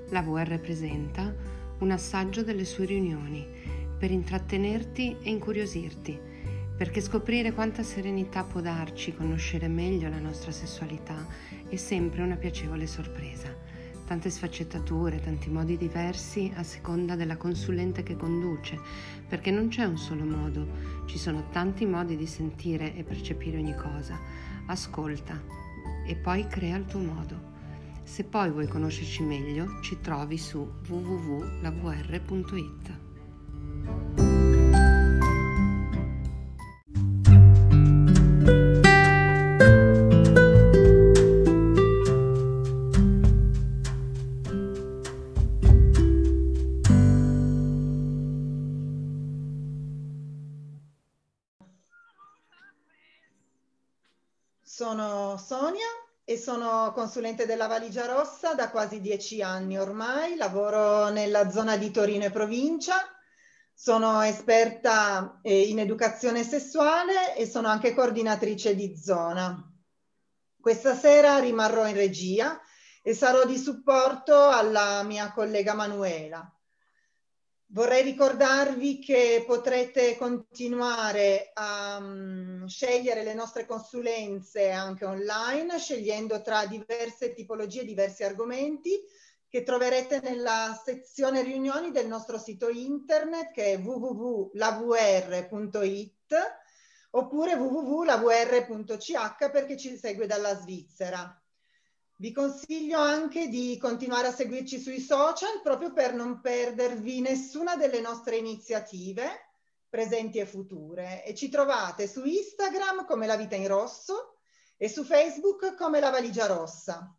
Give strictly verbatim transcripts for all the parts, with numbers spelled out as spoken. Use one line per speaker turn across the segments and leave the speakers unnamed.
la V R presenta un assaggio delle sue riunioni per intrattenerti e incuriosirti, perché scoprire quanta serenità può darci conoscere meglio la nostra sessualità è sempre una piacevole sorpresa. Tante sfaccettature, tanti modi diversi a seconda della consulente che conduce, perché non c'è un solo modo, ci sono tanti modi di sentire e percepire ogni cosa. Ascolta e poi crea il tuo modo. Se poi vuoi conoscerci meglio, ci trovi su w w w punto la v r punto i t.
Sono Sonia e sono consulente della Valigia Rossa da quasi dieci anni ormai, lavoro nella zona di Torino e provincia, sono esperta in educazione sessuale e sono anche coordinatrice di zona. Questa sera rimarrò in regia e sarò di supporto alla mia collega Manuela. Vorrei ricordarvi che potrete continuare a um, scegliere le nostre consulenze anche online, scegliendo tra diverse tipologie, diversi argomenti che troverete nella sezione riunioni del nostro sito internet, che è w w w punto la v r punto i t oppure w w w punto la v r punto c h per chi ci segue dalla Svizzera. Vi consiglio anche di continuare a seguirci sui social proprio per non perdervi nessuna delle nostre iniziative presenti e future. E ci trovate su Instagram come La Vita in Rosso e su Facebook come La Valigia Rossa.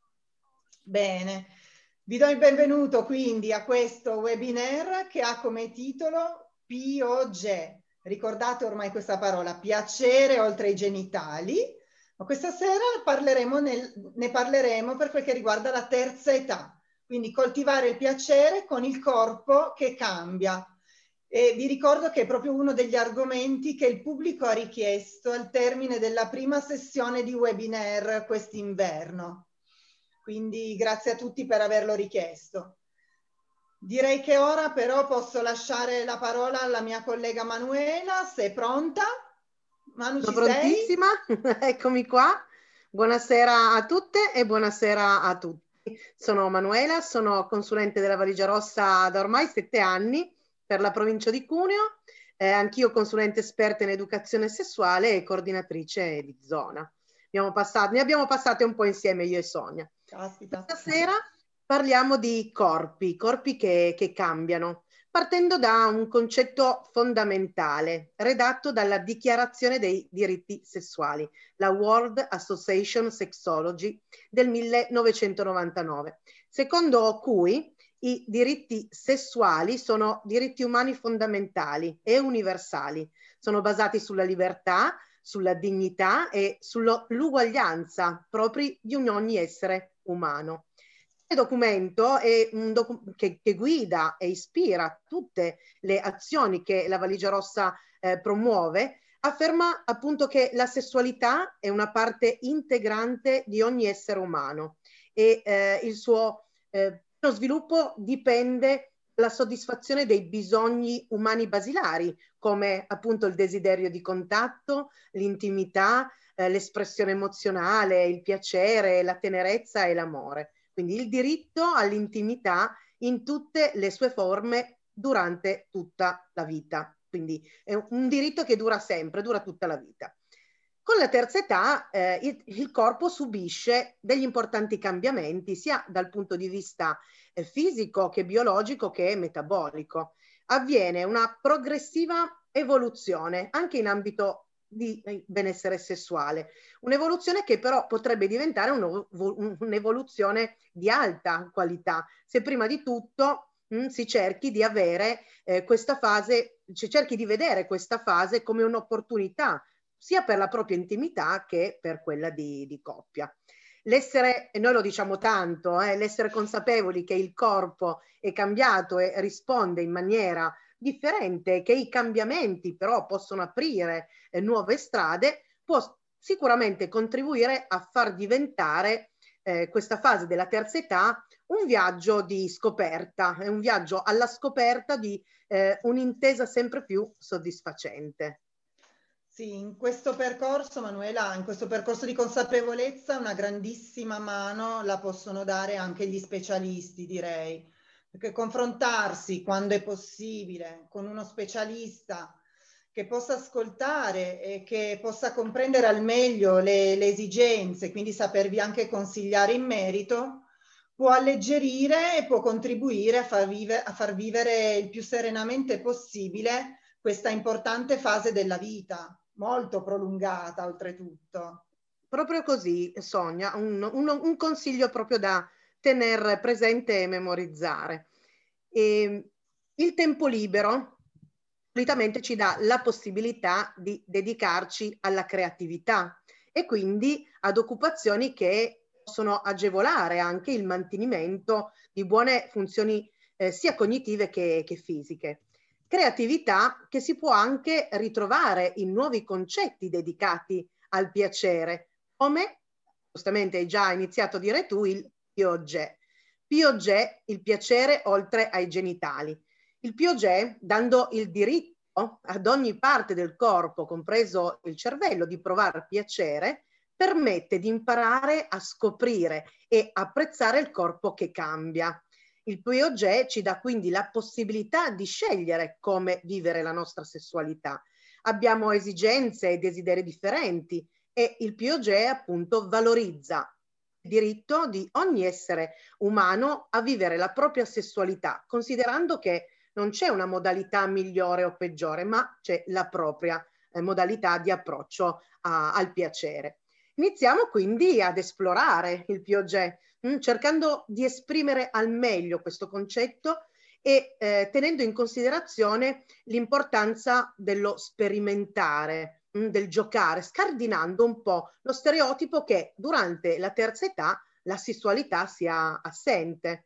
Bene, vi do il benvenuto quindi a questo webinar che ha come titolo P O G. Ricordate ormai questa parola, piacere oltre i genitali. Ma questa sera parleremo nel, ne parleremo per quel che riguarda la terza età, quindi coltivare il piacere con il corpo che cambia. E vi ricordo che è proprio uno degli argomenti che il pubblico ha richiesto al termine della prima sessione di webinar quest'inverno. Quindi grazie a tutti per averlo richiesto. Direi che ora però posso lasciare la parola alla mia collega Manuela, se è pronta. Manu,
Sono
ci
prontissima, eccomi qua. Buonasera a tutte e buonasera a tutti. Sono Manuela, sono consulente della Valigia Rossa da ormai sette anni per la provincia di Cuneo, eh, anch'io consulente esperta in educazione sessuale e coordinatrice di zona. Abbiamo passato, ne abbiamo passate un po' insieme io e Sonia.
Caspita.
Stasera parliamo di corpi, corpi che, che cambiano, partendo da un concetto fondamentale redatto dalla Dichiarazione dei diritti sessuali, la World Association Sexology del millenovecentonovantanove, secondo cui i diritti sessuali sono diritti umani fondamentali e universali, sono basati sulla libertà, sulla dignità e sull'uguaglianza propri di ogni essere umano. Il documento è un docu- che, che guida e ispira tutte le azioni che la Valigia Rossa eh, promuove, afferma appunto che la sessualità è una parte integrante di ogni essere umano e eh, il suo eh, sviluppo dipende dalla soddisfazione dei bisogni umani basilari, come appunto il desiderio di contatto, l'intimità, eh, l'espressione emozionale, il piacere, la tenerezza e l'amore. Quindi il diritto all'intimità in tutte le sue forme durante tutta la vita. Quindi è un diritto che dura sempre, dura tutta la vita. Con la terza età eh, il, il corpo subisce degli importanti cambiamenti sia dal punto di vista eh, fisico che biologico che metabolico. Avviene una progressiva evoluzione anche in ambito di benessere sessuale, un'evoluzione che però potrebbe diventare un'evoluzione di alta qualità se prima di tutto mh, si cerchi di avere eh, questa fase, si cerchi di vedere questa fase come un'opportunità sia per la propria intimità che per quella di, di coppia. L'essere, e noi lo diciamo tanto, eh, l'essere consapevoli che il corpo è cambiato e risponde in maniera differente, che i cambiamenti però possono aprire eh, nuove strade, può sicuramente contribuire a far diventare eh, questa fase della terza età un viaggio di scoperta, è un viaggio alla scoperta di eh, un'intesa sempre più soddisfacente.
Sì, in questo percorso, Manuela, in questo percorso di consapevolezza una grandissima mano la possono dare anche gli specialisti, direi, perché confrontarsi quando è possibile con uno specialista che possa ascoltare e che possa comprendere al meglio le, le esigenze, quindi sapervi anche consigliare in merito, può alleggerire e può contribuire a far, vive, a far vivere il più serenamente possibile questa importante fase della vita, molto prolungata oltretutto.
Proprio così, Sonia, un, un, un consiglio proprio da tenere presente e memorizzare. E il tempo libero solitamente ci dà la possibilità di dedicarci alla creatività e quindi ad occupazioni che possono agevolare anche il mantenimento di buone funzioni eh, sia cognitive che, che fisiche. Creatività che si può anche ritrovare in nuovi concetti dedicati al piacere, come giustamente hai già iniziato a dire tu, il Piaget. Piaget, il piacere oltre ai genitali. Il Piaget, dando il diritto ad ogni parte del corpo, compreso il cervello, di provare piacere, permette di imparare a scoprire e apprezzare il corpo che cambia. Il Piaget ci dà quindi la possibilità di scegliere come vivere la nostra sessualità. Abbiamo esigenze e desideri differenti e il Piaget appunto valorizza il diritto di ogni essere umano a vivere la propria sessualità, considerando che non c'è una modalità migliore o peggiore, ma c'è la propria eh, modalità di approccio a, al piacere. Iniziamo quindi ad esplorare il Piaget, mh, cercando di esprimere al meglio questo concetto e eh, tenendo in considerazione l'importanza dello sperimentare, mh, del giocare, scardinando un po' lo stereotipo che durante la terza età la sessualità sia assente.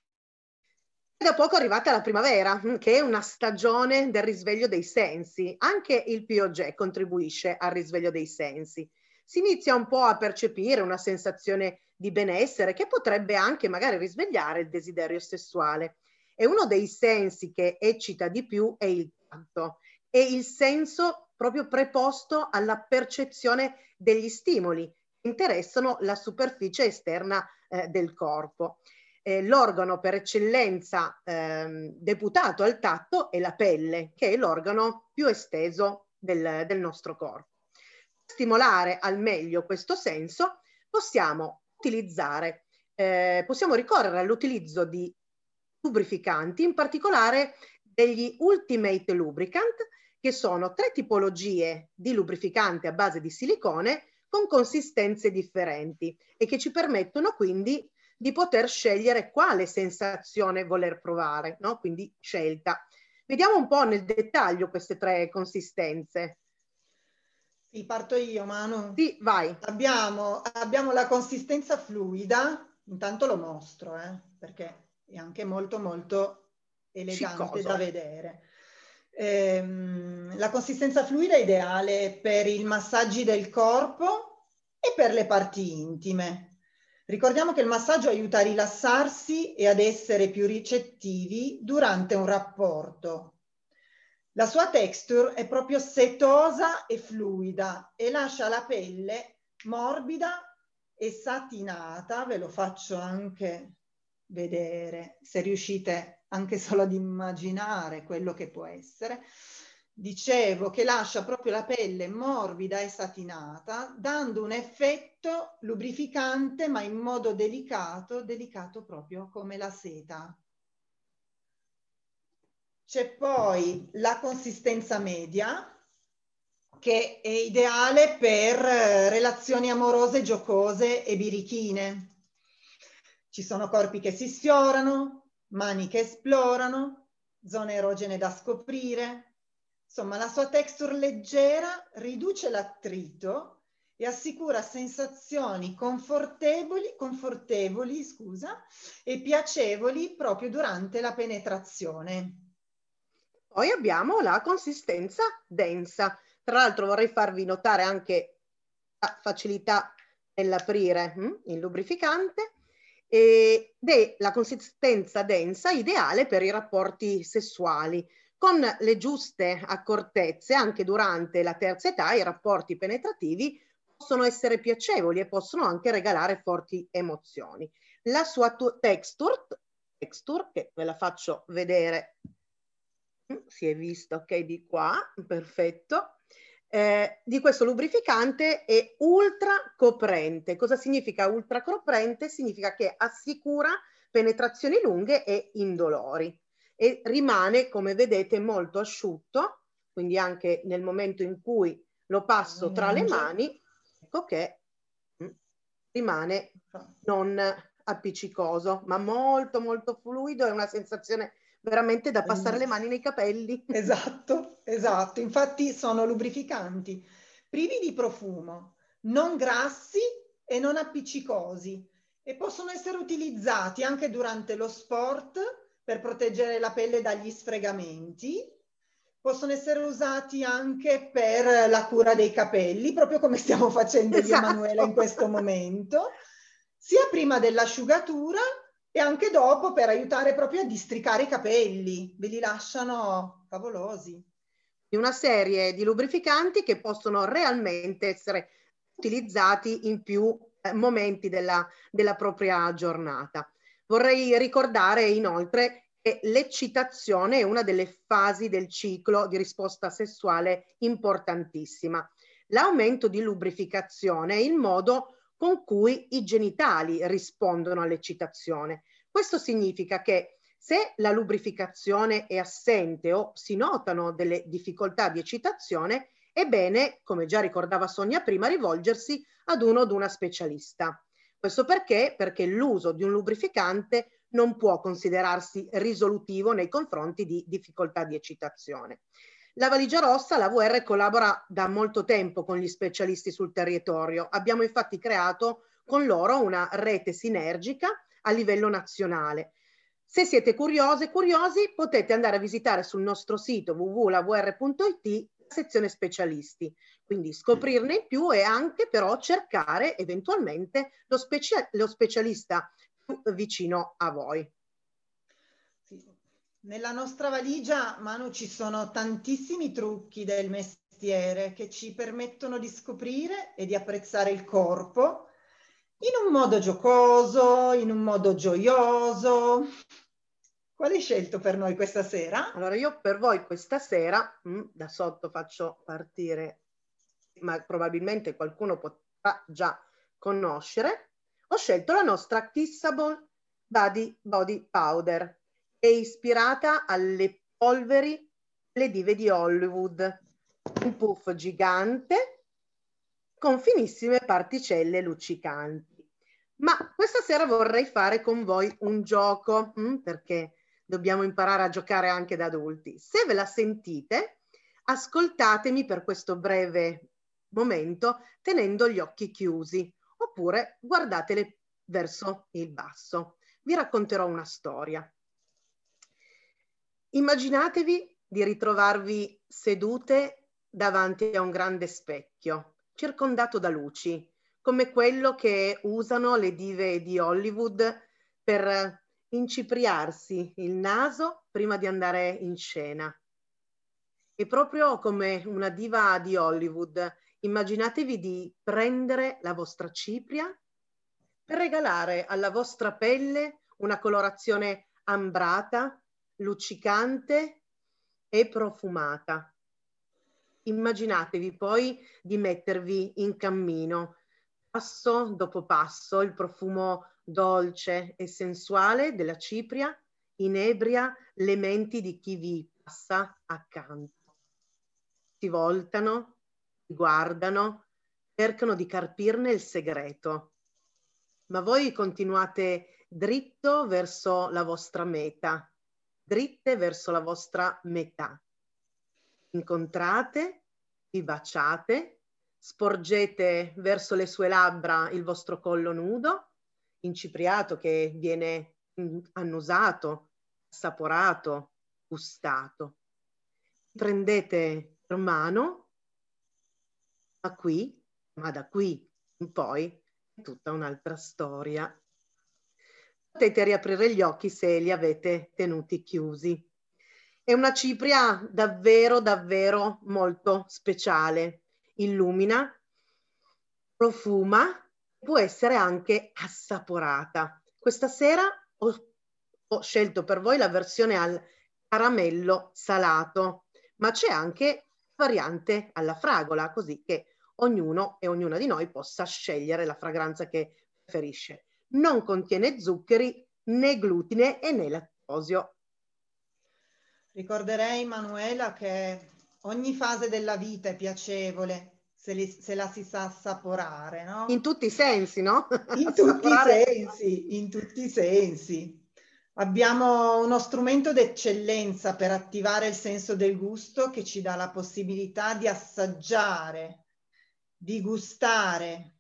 Da poco è arrivata la primavera, che è una stagione del risveglio dei sensi. Anche il Piaget contribuisce al risveglio dei sensi. Si inizia un po' a percepire una sensazione di benessere che potrebbe anche magari risvegliare il desiderio sessuale. E uno dei sensi che eccita di più è il tatto, è il senso proprio preposto alla percezione degli stimoli che interessano la superficie esterna eh, del corpo. Eh, l'organo per eccellenza ehm, deputato al tatto è la pelle, che è l'organo più esteso del, del nostro corpo. Per stimolare al meglio questo senso possiamo utilizzare, eh, possiamo ricorrere all'utilizzo di lubrificanti, in particolare degli Ultimate Lubricant, che sono tre tipologie di lubrificante a base di silicone con consistenze differenti e che ci permettono quindi di poter scegliere quale sensazione voler provare, no? Quindi scelta. Vediamo un po' nel dettaglio queste tre consistenze.
Sì, parto io, Manu.
Sì, vai.
Abbiamo, abbiamo la consistenza fluida, intanto lo mostro, eh, perché è anche molto molto elegante
Sciccoso
da vedere. Ehm, la consistenza fluida è ideale per i massaggi del corpo e per le parti intime. Ricordiamo che il massaggio aiuta a rilassarsi e ad essere più ricettivi durante un rapporto. La sua texture è proprio setosa e fluida e lascia la pelle morbida e satinata. Ve lo faccio anche vedere, se riuscite anche solo ad immaginare quello che può essere. Dicevo che lascia proprio la pelle morbida e satinata, dando un effetto lubrificante, ma in modo delicato, delicato proprio come la seta. C'è poi la consistenza media, che è ideale per relazioni amorose, giocose e birichine. Ci sono corpi che si sfiorano, mani che esplorano, zone erogene da scoprire. Insomma, la sua texture leggera riduce l'attrito e assicura sensazioni confortevoli, confortevoli, scusa, e piacevoli proprio durante la penetrazione.
Poi abbiamo la consistenza densa. Tra l'altro vorrei farvi notare anche la facilità nell'aprire hm, il lubrificante ed è la consistenza densa ideale per i rapporti sessuali. Con le giuste accortezze, anche durante la terza età, i rapporti penetrativi possono essere piacevoli e possono anche regalare forti emozioni. La sua texture, texture che ve la faccio vedere, si è visto, ok, di qua, perfetto. Eh, di questo lubrificante è ultra coprente. Cosa significa ultra coprente? Significa che assicura penetrazioni lunghe e indolori e rimane, come vedete, molto asciutto, quindi anche nel momento in cui lo passo tra le mani, ecco che mh, rimane non appiccicoso, ma molto molto fluido, è una sensazione veramente da passare le mani nei capelli.
Esatto, esatto. Infatti sono lubrificanti privi di profumo, non grassi e non appiccicosi e possono essere utilizzati anche durante lo sport per proteggere la pelle dagli sfregamenti. Possono essere usati anche per la cura dei capelli, proprio come stiamo facendo io e
Esatto.
Manuela in questo momento, sia prima dell'asciugatura e anche dopo per aiutare proprio a districare i capelli, ve li lasciano favolosi.
Una serie di lubrificanti che possono realmente essere utilizzati in più eh, momenti della, della propria giornata. Vorrei ricordare inoltre che l'eccitazione è una delle fasi del ciclo di risposta sessuale importantissima. L'aumento di lubrificazione è il modo con cui i genitali rispondono all'eccitazione. Questo significa che se la lubrificazione è assente o si notano delle difficoltà di eccitazione, è bene, come già ricordava Sonia prima, rivolgersi ad uno o ad una specialista. Questo perché? Perché l'uso di un lubrificante non può considerarsi risolutivo nei confronti di difficoltà di eccitazione. La Valigia Rossa, la V R, collabora da molto tempo con gli specialisti sul territorio. Abbiamo infatti creato con loro una rete sinergica a livello nazionale. Se siete curiose e curiosi, potete andare a visitare sul nostro sito w w w punto la v r punto i t la sezione specialisti, quindi scoprirne in più e anche però cercare eventualmente lo, specia lo specialista più vicino a voi.
Sì. Nella nostra valigia, Manu, ci sono tantissimi trucchi del mestiere che ci permettono di scoprire e di apprezzare il corpo in un modo giocoso, in un modo gioioso. Quale hai scelto per noi questa sera?
Allora io per voi questa sera, mh, da sotto faccio partire, ma probabilmente qualcuno potrà già conoscere, ho scelto la nostra Kissable Body, Body Powder, è ispirata alle polveri delle dive di Hollywood, un puff gigante con finissime particelle luccicanti. Ma questa sera vorrei fare con voi un gioco, mh, perché dobbiamo imparare a giocare anche da adulti. Se ve la sentite, ascoltatemi per questo breve momento tenendo gli occhi chiusi, oppure guardatele verso il basso. Vi racconterò una storia. Immaginatevi di ritrovarvi sedute davanti a un grande specchio, circondato da luci, come quello che usano le dive di Hollywood per incipriarsi il naso prima di andare in scena. E proprio come una diva di Hollywood, immaginatevi di prendere la vostra cipria per regalare alla vostra pelle una colorazione ambrata, luccicante e profumata. Immaginatevi poi di mettervi in cammino, passo dopo passo, il profumo dolce e sensuale della cipria inebria le menti di chi vi passa accanto. Si voltano, si guardano, cercano di carpirne il segreto, ma voi continuate dritto verso la vostra meta, dritte verso la vostra metà. Incontrate, vi baciate, sporgete verso le sue labbra il vostro collo nudo, incipriato che viene annusato, assaporato, gustato. Prendete per mano, ma qui, ma da qui in poi, è tutta un'altra storia. Potete riaprire gli occhi se li avete tenuti chiusi. È una cipria davvero, davvero molto speciale. Illumina, profuma, può essere anche assaporata. Questa sera ho, ho scelto per voi la versione al caramello salato, ma c'è anche variante alla fragola, così che ognuno e ognuna di noi possa scegliere la fragranza che preferisce. Non contiene zuccheri, né glutine e né lattosio.
Ricorderei, Manuela, che ogni fase della vita è piacevole se, li, se la si sa assaporare, no?
In tutti i sensi, no?
In tutti i sensi, in tutti i sensi. Abbiamo uno strumento d'eccellenza per attivare il senso del gusto che ci dà la possibilità di assaggiare, di gustare,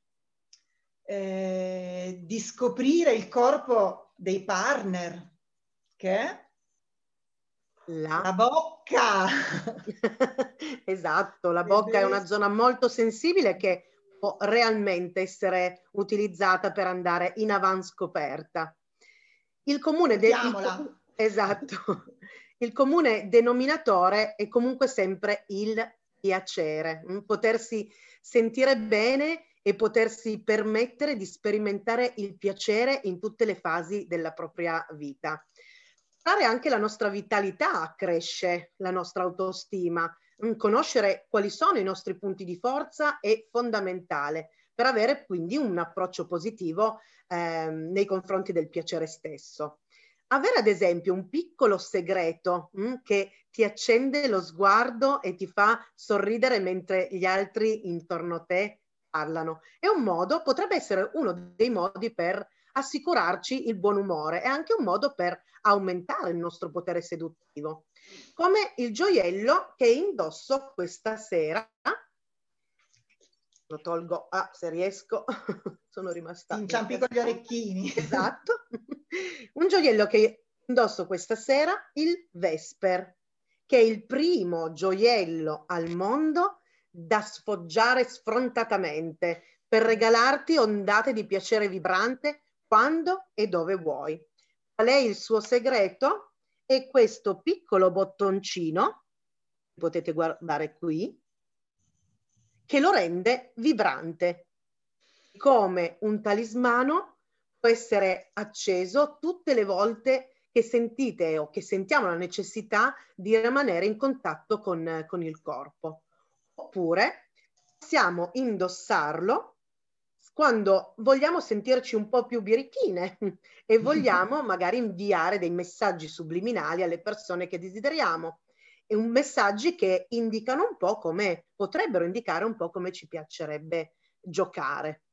eh, di scoprire il corpo dei partner, che è la, la bocca.
Esatto, la bocca è una zona molto sensibile che può realmente essere utilizzata per andare in avanscoperta. Il comune, de il, esatto, il comune denominatore è comunque sempre il piacere, potersi sentire bene e potersi permettere di sperimentare il piacere in tutte le fasi della propria vita. Anche la nostra vitalità cresce, la nostra autostima. Conoscere quali sono i nostri punti di forza è fondamentale per avere quindi un approccio positivo eh, nei confronti del piacere stesso. Avere ad esempio un piccolo segreto mh, che ti accende lo sguardo e ti fa sorridere mentre gli altri intorno a te parlano. È un modo, potrebbe essere uno dei modi per assicurarci il buon umore, è anche un modo per aumentare il nostro potere seduttivo. Come il gioiello che indosso questa sera. Lo tolgo, ah, se riesco, sono rimasta.
Ti inciampi con gli orecchini.
Esatto. Un gioiello che indosso questa sera, il Vesper, che è il primo gioiello al mondo da sfoggiare sfrontatamente per regalarti ondate di piacere vibrante quando e dove vuoi. Qual è il suo segreto? È questo piccolo bottoncino, potete guardare qui, che lo rende vibrante. Come un talismano può essere acceso tutte le volte che sentite o che sentiamo la necessità di rimanere in contatto con, con il corpo. Oppure possiamo indossarlo quando vogliamo sentirci un po' più birichine e vogliamo magari inviare dei messaggi subliminali alle persone che desideriamo, e un messaggi che indicano un po' come, potrebbero indicare un po' come ci piacerebbe giocare.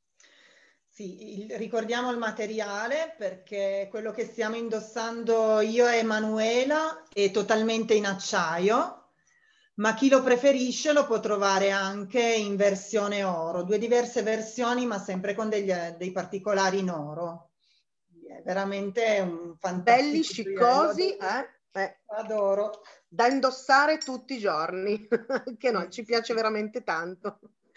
Sì, il, ricordiamo il materiale, perché quello che stiamo indossando io e Emanuela è totalmente in acciaio, ma chi lo preferisce lo può trovare anche in versione oro, due diverse versioni ma sempre con degli, dei particolari in oro. È veramente un fantastico.
Belli, sciccosi, eh? Eh.
Adoro.
Da indossare tutti i giorni, che no, ci piace veramente tanto.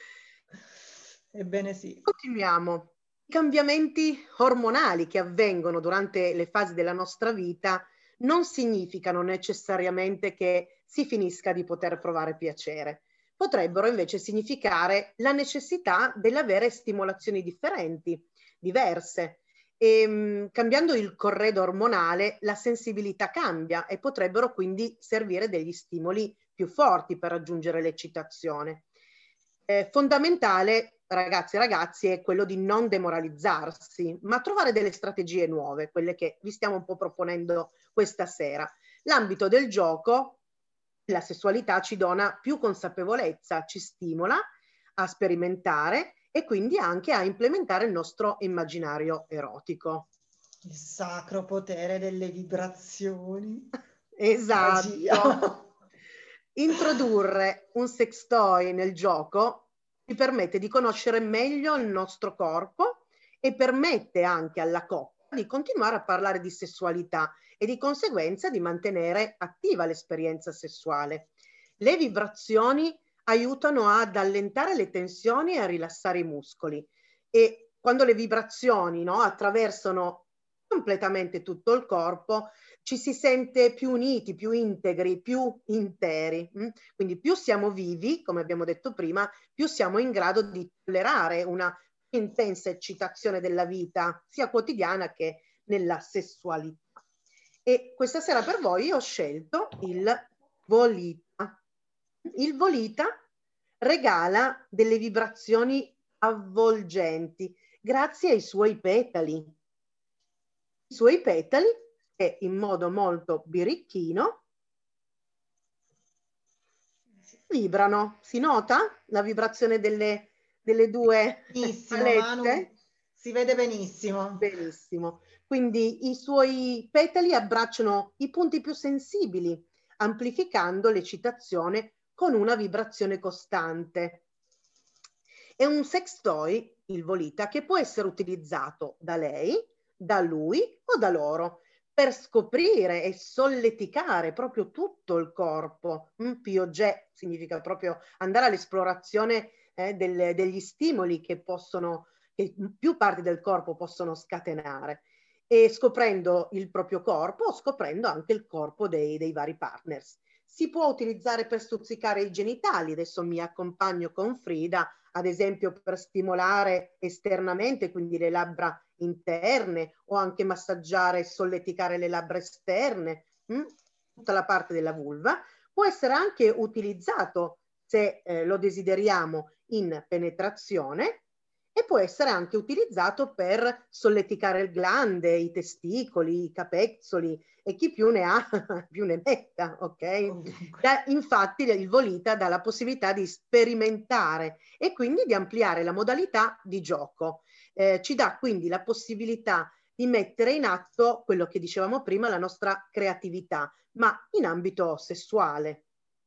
Ebbene sì.
Continuiamo. I cambiamenti ormonali che avvengono durante le fasi della nostra vita non significano necessariamente che si finisca di poter provare piacere. Potrebbero invece significare la necessità dell'avere stimolazioni differenti, diverse. E, mh, cambiando il corredo ormonale, la sensibilità cambia e potrebbero quindi servire degli stimoli più forti per raggiungere l'eccitazione. Eh, fondamentale, ragazzi e ragazzi, è quello di non demoralizzarsi, ma trovare delle strategie nuove, quelle che vi stiamo un po' proponendo questa sera. L'ambito del gioco, la sessualità ci dona più consapevolezza, ci stimola a sperimentare e quindi anche a implementare il nostro immaginario erotico.
Il sacro potere delle vibrazioni.
Esatto.
Magia.
Introdurre un sex toy nel gioco ci permette di conoscere meglio il nostro corpo e permette anche alla coppia di continuare a parlare di sessualità e di conseguenza di mantenere attiva l'esperienza sessuale. Le vibrazioni aiutano ad allentare le tensioni e a rilassare i muscoli, e quando le vibrazioni, no, attraversano completamente tutto il corpo, ci si sente più uniti, più integri, più interi. Mh? Quindi più siamo vivi, come abbiamo detto prima, più siamo in grado di tollerare una intensa eccitazione della vita, sia quotidiana che nella sessualità. E questa sera per voi ho scelto il Volita. Il Volita regala delle vibrazioni avvolgenti grazie ai suoi petali. I suoi petali, che in modo molto birichino vibrano. Si nota la vibrazione delle, delle due
Benissimo, Manu,
palette?
si vede benissimo.
Benissimo. Quindi i suoi petali abbracciano i punti più sensibili, amplificando l'eccitazione con una vibrazione costante. È un sex toy, il Volita, che può essere utilizzato da lei, da lui o da loro per scoprire e solleticare proprio tutto il corpo. Un piogè significa proprio andare all'esplorazione eh, del, degli stimoli che possono, che più parti del corpo possono scatenare, e scoprendo il proprio corpo, scoprendo anche il corpo dei, dei vari partners. Si può utilizzare per stuzzicare i genitali, adesso mi accompagno con Frida, ad esempio per stimolare esternamente, quindi le labbra interne, o anche massaggiare e solleticare le labbra esterne, mh? tutta la parte della vulva. Può essere anche utilizzato, se eh, lo desideriamo, in penetrazione, e può essere anche utilizzato per solleticare il glande, i testicoli, i capezzoli, e chi più ne ha più ne metta, ok? Da, infatti il Volita dà la possibilità di sperimentare e quindi di ampliare la modalità di gioco. Eh, ci dà quindi la possibilità di mettere in atto quello che dicevamo prima, la nostra creatività, ma in ambito sessuale.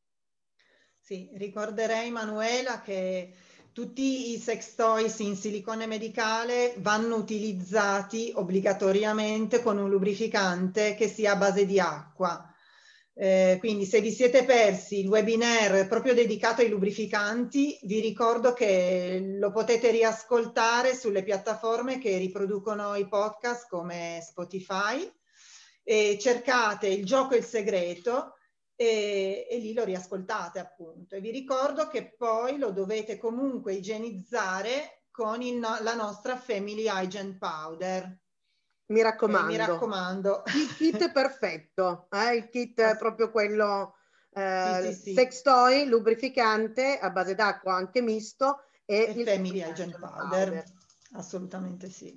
Sì, ricorderei, Manuela, che tutti i sex toys in silicone medicale vanno utilizzati obbligatoriamente con un lubrificante che sia a base di acqua. Eh, quindi se vi siete persi il webinar proprio dedicato ai lubrificanti, vi ricordo che lo potete riascoltare sulle piattaforme che riproducono i podcast come Spotify, e cercate Il gioco e il segreto e, e lì lo riascoltate appunto. E vi ricordo che poi lo dovete comunque igienizzare con il, la nostra Family Hygiene Powder.
Mi raccomando,
okay, mi raccomando.
Il kit è perfetto, eh? Il kit è proprio quello eh,
sì, sì, sì.
sex toy, lubrificante a base d'acqua anche misto e,
e
il
Family Hygiene powder. powder. Assolutamente sì.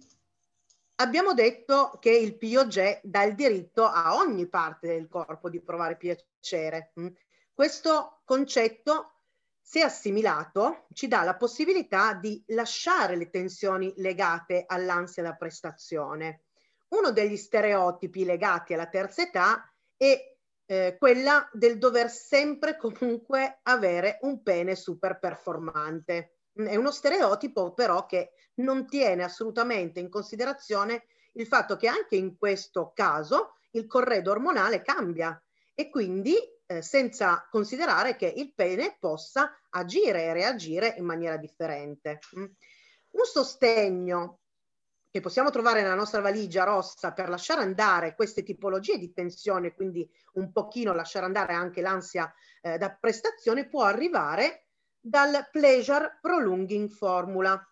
Abbiamo detto che il piogè dà il diritto a ogni parte del corpo di provare piacere. Questo concetto, se assimilato, ci dà la possibilità di lasciare le tensioni legate all'ansia da prestazione. Uno degli stereotipi legati alla terza età è eh, quella del dover sempre comunque avere un pene super performante. È uno stereotipo però che non tiene assolutamente in considerazione il fatto che anche in questo caso il corredo ormonale cambia e quindi eh, senza considerare che il pene possa agire e reagire in maniera differente. Un sostegno che possiamo trovare nella nostra valigia rossa per lasciare andare queste tipologie di tensione, quindi un pochino lasciare andare anche l'ansia eh, da prestazione, può arrivare dal Pleasure Prolonging Formula,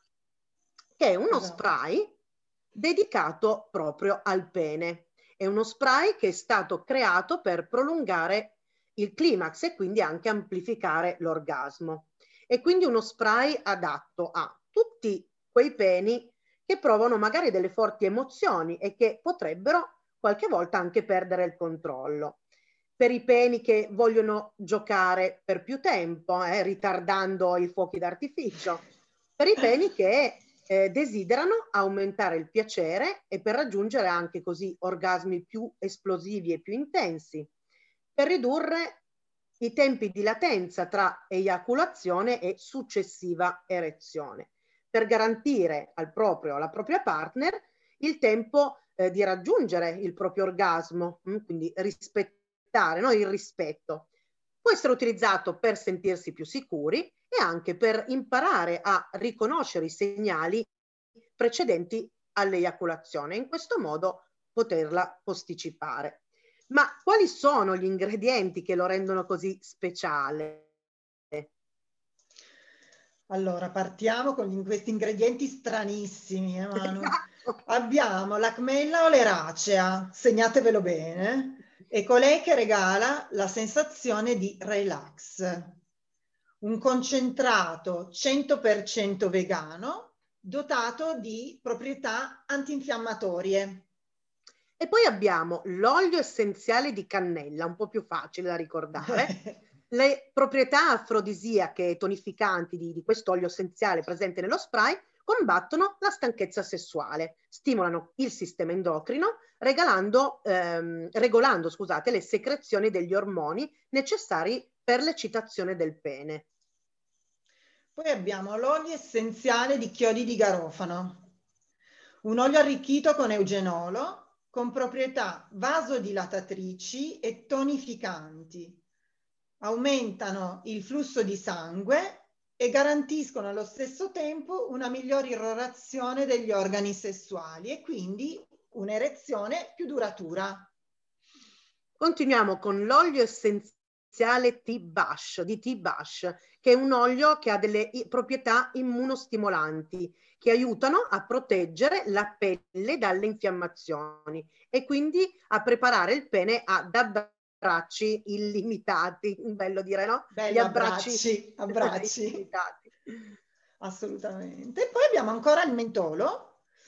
che è uno spray dedicato proprio al pene. È uno spray che è stato creato per prolungare il climax e quindi anche amplificare l'orgasmo. È quindi uno spray adatto a tutti quei peni che provano magari delle forti emozioni e che potrebbero qualche volta anche perdere il controllo. Per i peni che vogliono giocare per più tempo, eh, ritardando i fuochi d'artificio. Per i peni che eh, desiderano aumentare il piacere e per raggiungere anche così orgasmi più esplosivi e più intensi. Per ridurre i tempi di latenza tra eiaculazione e successiva erezione. Per garantire al proprio, alla propria partner il tempo eh, di raggiungere il proprio orgasmo, mh, quindi rispettare, no? Il rispetto. Può essere utilizzato per sentirsi più sicuri e anche per imparare a riconoscere i segnali precedenti all'eiaculazione, in questo modo poterla posticipare. Ma quali sono gli ingredienti che lo rendono così speciale?
Allora, partiamo con gli- questi ingredienti stranissimi, eh, Manu.
Esatto.
Abbiamo l'acmella oleracea, segnatevelo bene, e colei che regala la sensazione di relax. Un concentrato cento per cento vegano, dotato di proprietà antinfiammatorie.
E poi abbiamo l'olio essenziale di cannella, un po' più facile da ricordare. Le proprietà afrodisiache e tonificanti di, di quest'olio essenziale presente nello spray combattono la stanchezza sessuale, stimolano il sistema endocrino, regalando, ehm, regolando scusate, le secrezioni degli ormoni necessari per l'eccitazione del pene.
Poi abbiamo l'olio essenziale di chiodi di garofano, un olio arricchito con eugenolo, con proprietà vasodilatatrici e tonificanti. Aumentano il flusso di sangue e garantiscono allo stesso tempo una migliore irrorazione degli organi sessuali e quindi un'erezione più duratura.
Continuiamo con l'olio essenziale T-Bash, di T-Bash, che è un olio che ha delle proprietà immunostimolanti che aiutano a proteggere la pelle dalle infiammazioni e quindi a preparare il pene ad abbracci illimitati, bello dire, no?
Bello,
Gli abbracci,
abbracci, abbracci.
illimitati.
Assolutamente. E poi abbiamo ancora il mentolo.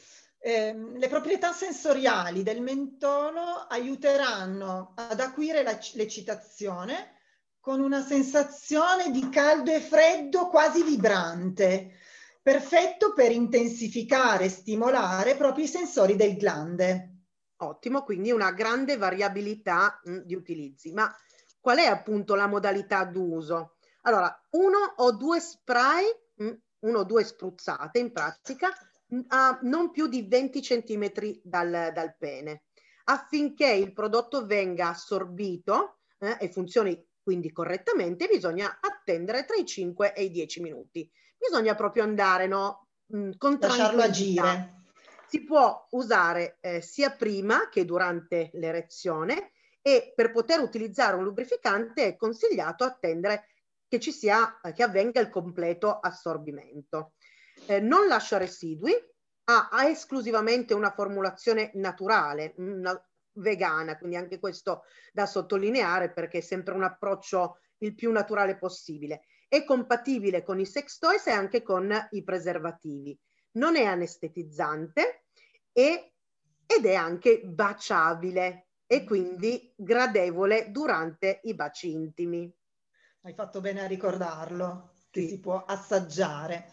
Eh, le proprietà sensoriali del mentolo aiuteranno ad acuire l'eccitazione con una sensazione di caldo e freddo quasi vibrante, perfetto per intensificare e stimolare proprio i sensori del glande.
Ottimo, quindi una grande variabilità mh, di utilizzi. Ma qual è appunto la modalità d'uso? Allora, uno o due spray, mh, uno o due spruzzate in pratica, mh, a non più di venti centimetri dal, dal pene, affinché il prodotto venga assorbito eh, e funzioni quindi correttamente, bisogna attendere tra i cinque e i dieci minuti. Bisogna proprio andare, no, mh, con
Lasciarlo
tranquillità.
agire.
Si può usare eh, sia prima che durante l'erezione e per poter utilizzare un lubrificante è consigliato attendere che ci sia, eh, che avvenga il completo assorbimento. Eh, non lascia residui, ha, ha esclusivamente una formulazione naturale, una vegana, quindi anche questo da sottolineare perché è sempre un approccio il più naturale possibile. È compatibile con i sex toys e anche con i preservativi. Non è anestetizzante e, ed è anche baciabile e quindi gradevole durante i baci intimi.
Hai fatto bene a ricordarlo, che
Sì.
si può assaggiare.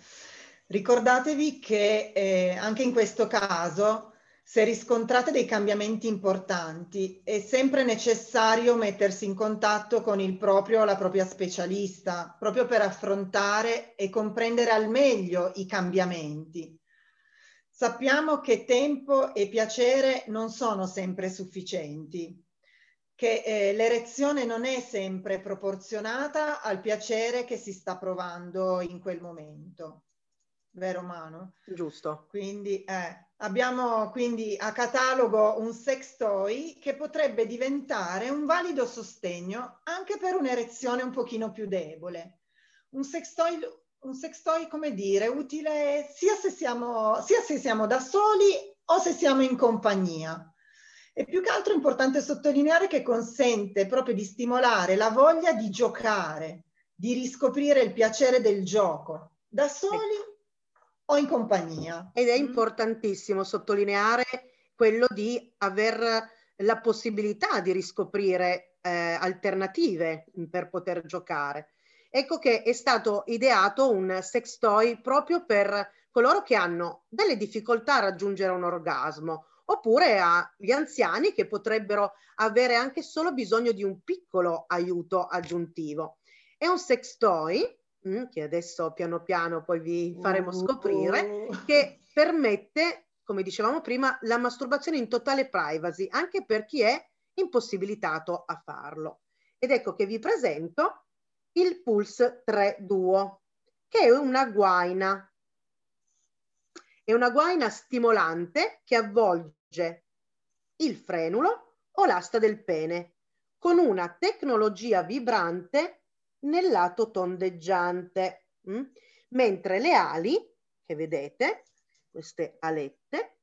Ricordatevi che eh, anche in questo caso, se riscontrate dei cambiamenti importanti, è sempre necessario mettersi in contatto con il proprio o la propria specialista, proprio per affrontare e comprendere al meglio i cambiamenti. Sappiamo che tempo e piacere non sono sempre sufficienti, che eh, l'erezione non è sempre proporzionata al piacere che si sta provando in quel momento. Vero Manu?
Giusto.
Quindi eh, abbiamo quindi a catalogo un sex toy che potrebbe diventare un valido sostegno anche per un'erezione un pochino più debole. Un sex toy, un sex toy, come dire, utile sia se siamo, sia se siamo da soli o se siamo in compagnia. E più che altro è importante sottolineare che consente proprio di stimolare la voglia di giocare, di riscoprire il piacere del gioco, da soli o in compagnia.
Ed è
Mm?
importantissimo sottolineare quello di aver la possibilità di riscoprire eh, alternative per poter giocare. Ecco che è stato ideato un sex toy proprio per coloro che hanno delle difficoltà a raggiungere un orgasmo, oppure agli anziani che potrebbero avere anche solo bisogno di un piccolo aiuto aggiuntivo. È un sex toy, mh, che adesso piano piano poi vi faremo scoprire,
Uh.
che permette, come dicevamo prima, la masturbazione in totale privacy, anche per chi è impossibilitato a farlo. Ed ecco che vi presento il Pulse tre Duo, che è una guaina. È una guaina stimolante che avvolge il frenulo o l'asta del pene con una tecnologia vibrante nel lato tondeggiante, mh? mentre le ali, che vedete, queste alette,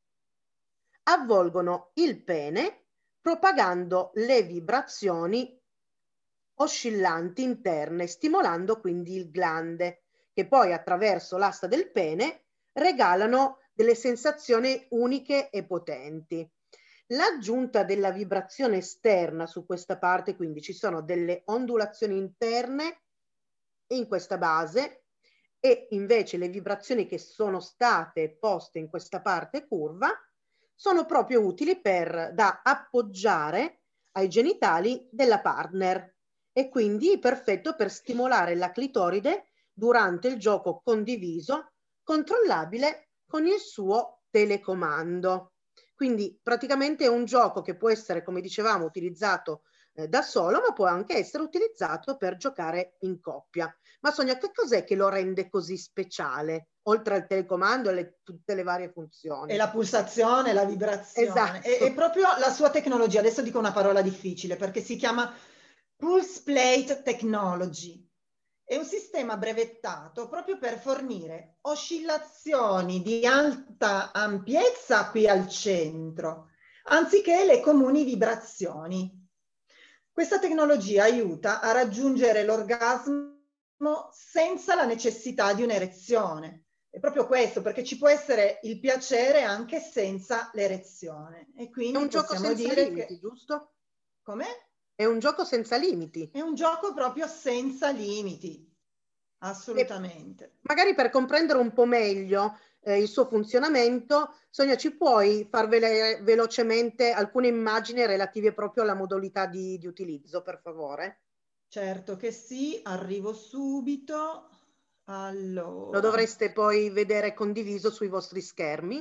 avvolgono il pene propagando le vibrazioni oscillanti interne, stimolando quindi il glande, che poi attraverso l'asta del pene regalano delle sensazioni uniche e potenti. L'aggiunta della vibrazione esterna su questa parte, quindi ci sono delle ondulazioni interne in questa base e invece le vibrazioni che sono state poste in questa parte curva sono proprio utili per da appoggiare ai genitali della partner e quindi perfetto per stimolare la clitoride durante il gioco condiviso controllabile con il suo telecomando. Quindi praticamente è un gioco che può essere, come dicevamo, utilizzato eh, da solo, ma può anche essere utilizzato per giocare in coppia. Ma Sonia, che cos'è che lo rende così speciale, oltre al telecomando e le, tutte le varie funzioni?
E la pulsazione, la vibrazione.
Esatto.
È, è proprio la sua tecnologia. Adesso dico una parola difficile perché si chiama Pulse Plate Technology. È un sistema brevettato proprio per fornire oscillazioni di alta ampiezza qui al centro, anziché le comuni vibrazioni. Questa tecnologia aiuta a raggiungere l'orgasmo senza la necessità di un'erezione. È proprio questo, perché ci può essere il piacere anche senza l'erezione. E quindi
è un gioco senza
dire
limiti,
che...
giusto?
Com'è?
È un gioco senza limiti.
È un gioco proprio senza limiti, assolutamente.
E magari per comprendere un po' meglio eh, il suo funzionamento, Sonia, ci puoi far vedere velocemente alcune immagini relative proprio alla modalità di, di utilizzo, per favore?
Certo che sì, arrivo subito. Allora.
Lo dovreste poi vedere condiviso sui vostri schermi.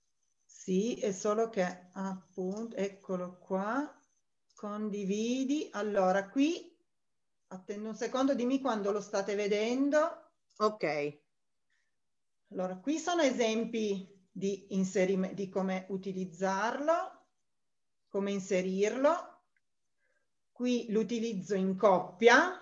Sì, è solo che appunto, eccolo qua. Condividi. Allora, qui, attendo un secondo, dimmi quando lo state vedendo.
Ok.
Allora, qui sono esempi di inserimento, di come utilizzarlo, come inserirlo. Qui l'utilizzo in coppia.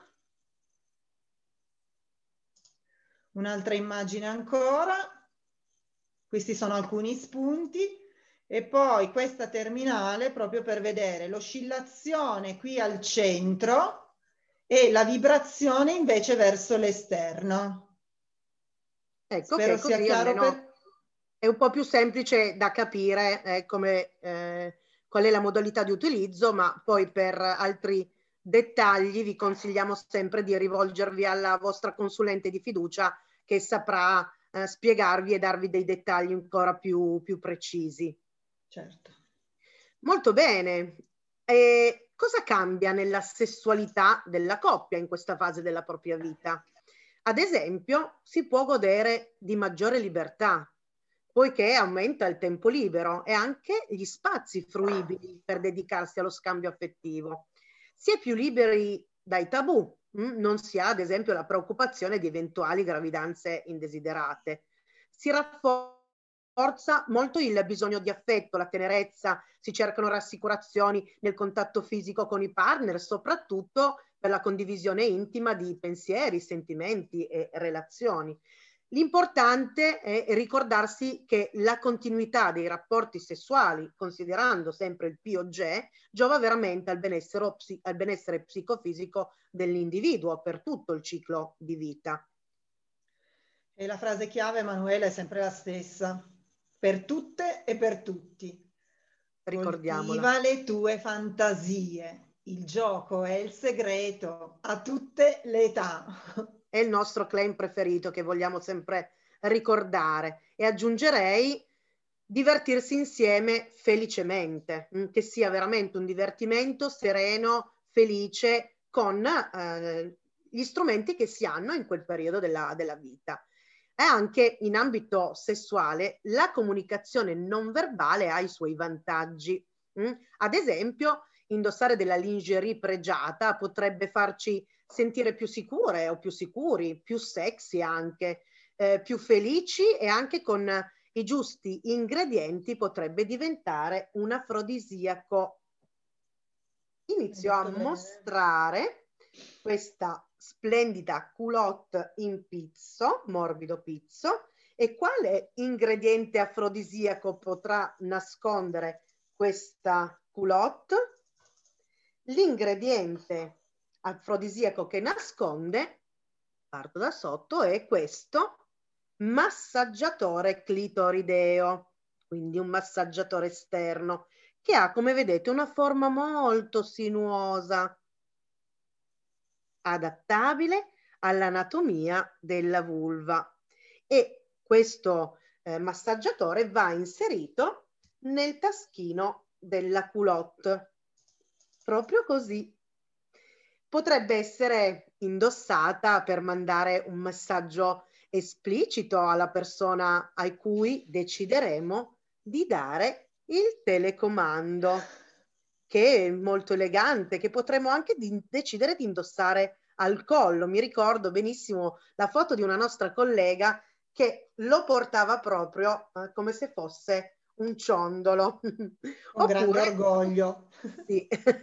Un'altra immagine ancora. Questi sono alcuni spunti. E poi questa terminale proprio per vedere l'oscillazione qui al centro e la vibrazione invece verso l'esterno.
Ecco,
Spero
che
sia
così
chiaro
almeno
per...
è un po' più semplice da capire eh, come, eh, qual è la modalità di utilizzo, ma poi per altri dettagli vi consigliamo sempre di rivolgervi alla vostra consulente di fiducia che saprà eh, spiegarvi e darvi dei dettagli ancora più, più precisi.
Certo.
Molto bene. E cosa cambia nella sessualità della coppia in questa fase della propria vita? Ad esempio, si può godere di maggiore libertà, poiché aumenta il tempo libero e anche gli spazi fruibili per dedicarsi allo scambio affettivo. Si è più liberi dai tabù, hm? Non si ha ad esempio la preoccupazione di eventuali gravidanze indesiderate. Si rafforza molto il bisogno di affetto, la tenerezza, si cercano rassicurazioni nel contatto fisico con i partner, soprattutto per la condivisione intima di pensieri, sentimenti e relazioni. L'importante è ricordarsi che la continuità dei rapporti sessuali, considerando sempre il P O G, giova veramente al benessere, al benessere psicofisico dell'individuo per tutto il ciclo di vita.
E la frase chiave, Emanuele, è sempre la stessa, per tutte e per tutti.
Ricordiamola.
Coltiva le tue fantasie, il gioco è il segreto a tutte le età.
È il nostro claim preferito che vogliamo sempre ricordare e aggiungerei divertirsi insieme felicemente, che sia veramente un divertimento sereno, felice con eh, gli strumenti che si hanno in quel periodo della, della vita. E anche in ambito sessuale la comunicazione non verbale ha i suoi vantaggi. Mm? Ad esempio, indossare della lingerie pregiata potrebbe farci sentire più sicure o più sicuri, più sexy anche, eh, più felici e anche con i giusti ingredienti potrebbe diventare un afrodisiaco. Inizio a mostrare questa splendida culotte in pizzo, morbido pizzo, e quale ingrediente afrodisiaco potrà nascondere questa culotte? L'ingrediente afrodisiaco che nasconde, parto da sotto, è questo massaggiatore clitorideo, quindi un massaggiatore esterno, che ha, come vedete, una forma molto sinuosa, adattabile all'anatomia della vulva, e questo eh, massaggiatore va inserito nel taschino della culotte, proprio così. Potrebbe essere indossata per mandare un messaggio esplicito alla persona a cui decideremo di dare il telecomando, che è molto elegante, che potremmo anche di decidere di indossare al collo. Mi ricordo benissimo la foto di una nostra collega che lo portava proprio eh, come se fosse un ciondolo.
Un
Oppure,
grande orgoglio.
Sì.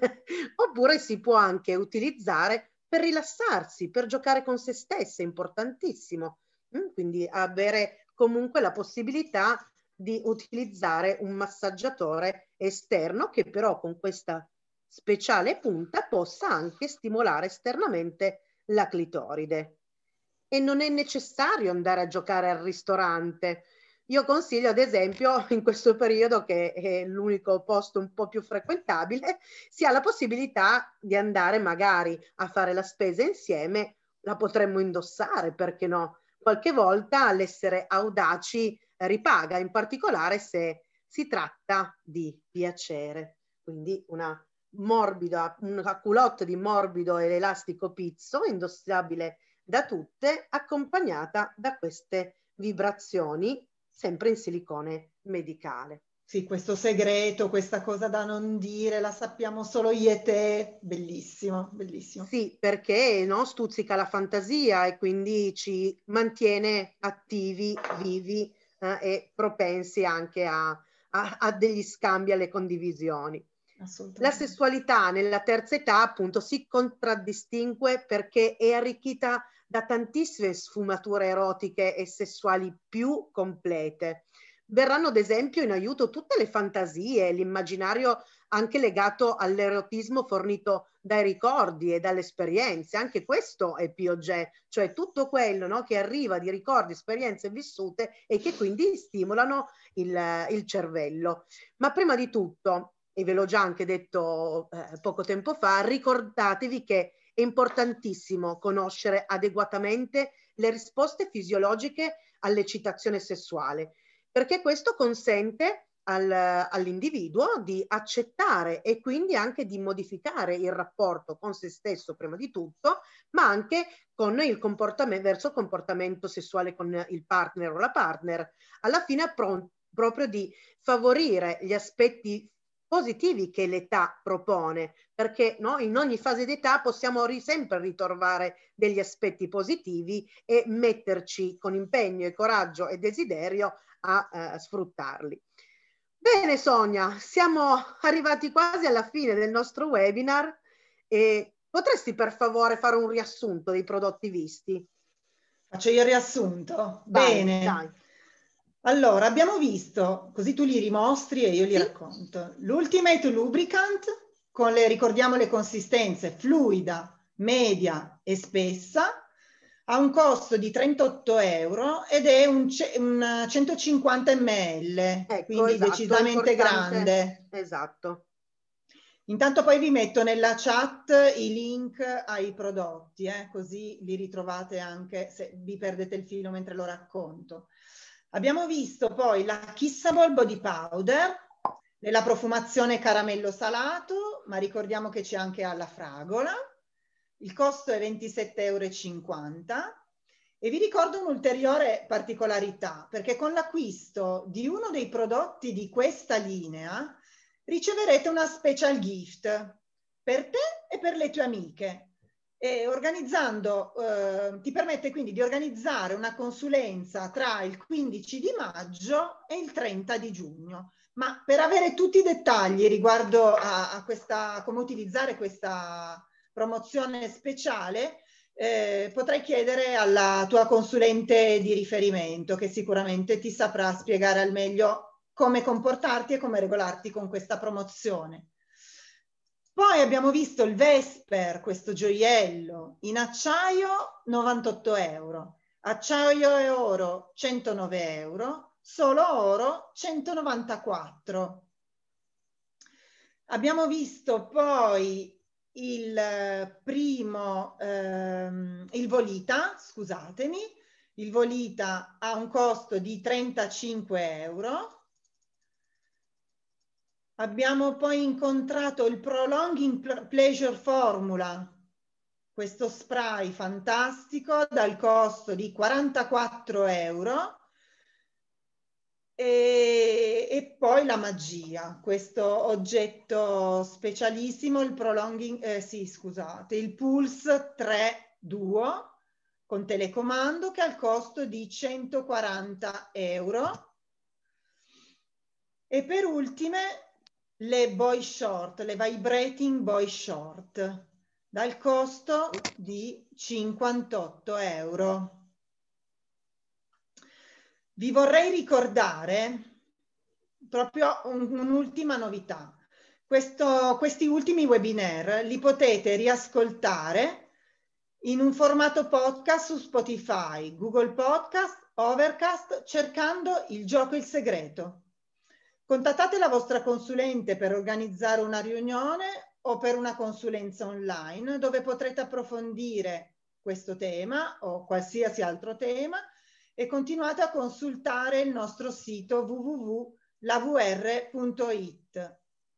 Oppure si può anche utilizzare per rilassarsi, per giocare con se stessa, è importantissimo. Quindi avere comunque la possibilità di utilizzare un massaggiatore esterno che però con questa speciale punta possa anche stimolare esternamente la clitoride. E non è necessario andare a giocare al ristorante. Io consiglio, ad esempio, in questo periodo, che è l'unico posto un po' più frequentabile, si ha la possibilità di andare magari a fare la spesa insieme, la potremmo indossare, perché no? Qualche volta l'essere audaci ripaga, in particolare se si tratta di piacere. Quindi una morbida, una culotte di morbido ed elastico pizzo, indossabile da tutte, accompagnata da queste vibrazioni, sempre in silicone medicale.
Sì, questo segreto, questa cosa da non dire, la sappiamo solo io e te, bellissimo, bellissimo.
Sì, perché no, stuzzica la fantasia e quindi ci mantiene attivi, vivi eh, e propensi anche a, a, a degli scambi, alle condivisioni. La sessualità nella terza età appunto si contraddistingue perché è arricchita da tantissime sfumature erotiche e sessuali più complete. Verranno ad esempio in aiuto tutte le fantasie, l'immaginario anche legato all'erotismo fornito dai ricordi e dalle esperienze. Anche questo è P O G, cioè tutto quello, no, che arriva di ricordi, esperienze vissute e che quindi stimolano il, il cervello. Ma prima di tutto, e ve l'ho già anche detto eh, poco tempo fa, ricordatevi che è importantissimo conoscere adeguatamente le risposte fisiologiche all'eccitazione sessuale, perché questo consente al, all'individuo di accettare e quindi anche di modificare il rapporto con se stesso prima di tutto, ma anche con il comportamento, verso il comportamento sessuale con il partner o la partner, alla fine pro, proprio di favorire gli aspetti positivi che l'età propone, perché no, in ogni fase d'età possiamo ri sempre ritrovare degli aspetti positivi e metterci con impegno e coraggio e desiderio a eh, sfruttarli. Bene Sonia, siamo arrivati quasi alla fine del nostro webinar e potresti per favore fare un riassunto dei prodotti visti?
Faccio io il riassunto?
Vai,
Bene.
dai.
Allora, abbiamo visto, così tu li rimostri e io li
sì.
racconto, l'Ultimate Lubricant con le, ricordiamo le consistenze, fluida, media e spessa, ha un costo di trentotto euro ed è un, un centocinquanta millilitri, ecco, quindi esatto, decisamente grande.
Esatto.
Intanto poi vi metto nella chat i link ai prodotti, eh, così li ritrovate anche se vi perdete il filo mentre lo racconto. Abbiamo visto poi la Kissable Body Powder nella profumazione caramello salato, ma ricordiamo che c'è anche alla fragola. Il costo è ventisette e cinquanta euro. E vi ricordo un'ulteriore particolarità, perché con l'acquisto di uno dei prodotti di questa linea riceverete una special gift per te e per le tue amiche. E organizzando, eh, ti permette quindi di organizzare una consulenza tra il quindici di maggio e il trenta di giugno. Ma per avere tutti i dettagli riguardo a, a questa, come utilizzare questa promozione speciale, eh, potrai chiedere alla tua consulente di riferimento, che sicuramente ti saprà spiegare al meglio come comportarti e come regolarti con questa promozione. Poi abbiamo visto il Vesper, questo gioiello, in acciaio novantotto euro, acciaio e oro centonove euro, solo oro centonovantaquattro. Abbiamo visto poi il primo, ehm, il Volita, scusatemi, il Volita ha un costo di trentacinque euro. Abbiamo poi incontrato il Prolonging Pleasure Formula, questo spray fantastico dal costo di quarantaquattro euro. E, e poi la magia, questo oggetto specialissimo, il Prolonging, eh, sì scusate, il Pulse tre Duo con telecomando, che ha il costo di centoquaranta euro. E per ultime le Boy Short, le Vibrating Boy Short, dal costo di cinquantotto euro. Vi vorrei ricordare proprio un'ultima novità. Questo, questi ultimi webinar li potete riascoltare in un formato podcast su Spotify, Google Podcast, Overcast, cercando Il gioco il segreto. Contattate la vostra consulente per organizzare una riunione o per una consulenza online, dove potrete approfondire questo tema o qualsiasi altro tema, e continuate a consultare il nostro sito w w w punto la v r punto i t.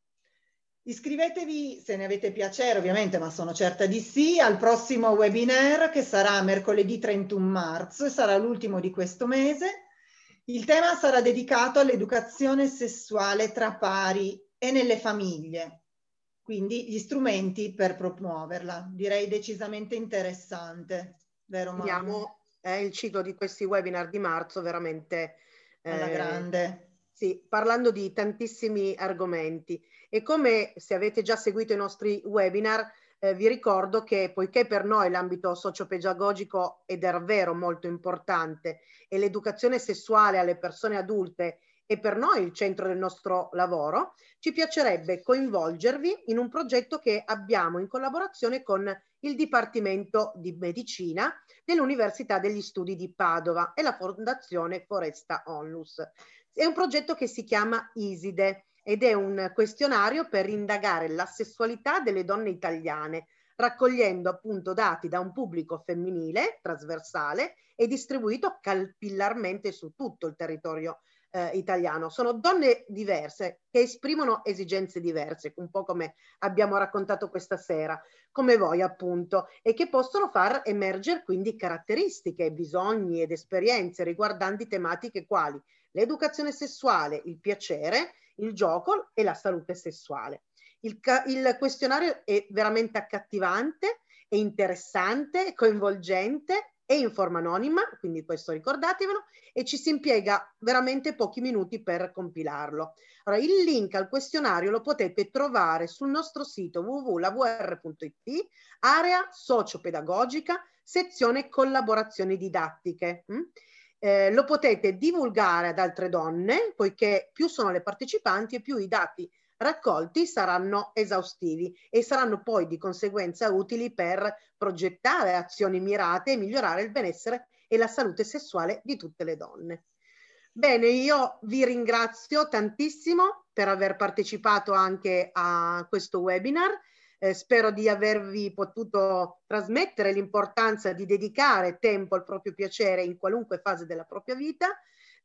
Iscrivetevi, se ne avete piacere ovviamente, ma sono certa di sì, al prossimo webinar, che sarà mercoledì trentuno marzo e sarà l'ultimo di questo mese. Il tema sarà dedicato all'educazione sessuale tra pari e nelle famiglie, quindi gli strumenti per promuoverla. Direi decisamente interessante, vero Mauro?
È il ciclo di questi webinar di marzo veramente
eh, alla grande.
Sì, parlando di tantissimi argomenti. E come se avete già seguito i nostri webinar, eh, vi ricordo che poiché per noi l'ambito socio-pedagogico è davvero molto importante e l'educazione sessuale alle persone adulte è per noi il centro del nostro lavoro, ci piacerebbe coinvolgervi in un progetto che abbiamo in collaborazione con il Dipartimento di Medicina dell'Università degli Studi di Padova e la Fondazione Foresta Onlus. È un progetto che si chiama ISIDE ed è un questionario per indagare la sessualità delle donne italiane, raccogliendo appunto dati da un pubblico femminile trasversale e distribuito capillarmente su tutto il territorio eh, italiano. Sono donne diverse che esprimono esigenze diverse, un po' come abbiamo raccontato questa sera, come voi appunto, e che possono far emergere quindi caratteristiche, bisogni ed esperienze riguardanti tematiche quali l'educazione sessuale, il piacere, il gioco e la salute sessuale. Il, il questionario è veramente accattivante, è interessante, coinvolgente, è in forma anonima, quindi questo ricordatevelo, e ci si impiega veramente pochi minuti per compilarlo. Allora, il link al questionario lo potete trovare sul nostro sito w w w punto la v r punto i t, area sociopedagogica, sezione collaborazioni didattiche. Mm? Eh, lo potete divulgare ad altre donne, poiché più sono le partecipanti e più i dati raccolti saranno esaustivi e saranno poi di conseguenza utili per progettare azioni mirate e migliorare il benessere e la salute sessuale di tutte le donne. Bene, io vi ringrazio tantissimo per aver partecipato anche a questo webinar. Eh, spero di avervi potuto trasmettere l'importanza di dedicare tempo al proprio piacere in qualunque fase della propria vita.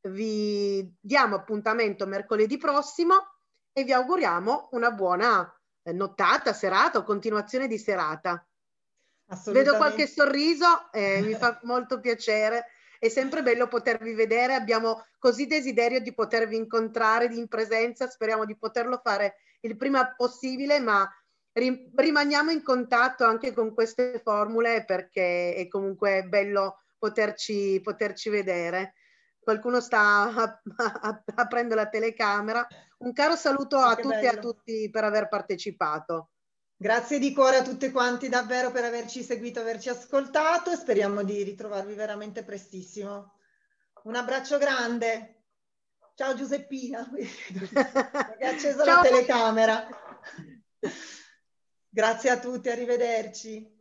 Vi diamo appuntamento mercoledì prossimo e vi auguriamo una buona nottata, serata o continuazione di serata. Vedo qualche sorriso, eh, mi fa molto piacere. È sempre bello potervi vedere, abbiamo così desiderio di potervi incontrare in presenza, speriamo di poterlo fare il prima possibile, ma rimaniamo in contatto anche con queste formule, perché è comunque bello poterci, poterci vedere. Qualcuno sta aprendo la telecamera. Un caro saluto a
Che
tutte e a
bello.
tutti per aver partecipato.
Grazie di cuore a tutti quanti davvero per averci seguito, averci ascoltato, e speriamo di ritrovarvi veramente prestissimo. Un abbraccio grande. Ciao Giuseppina, che ha acceso
Ciao.
la telecamera. Grazie a tutti, arrivederci.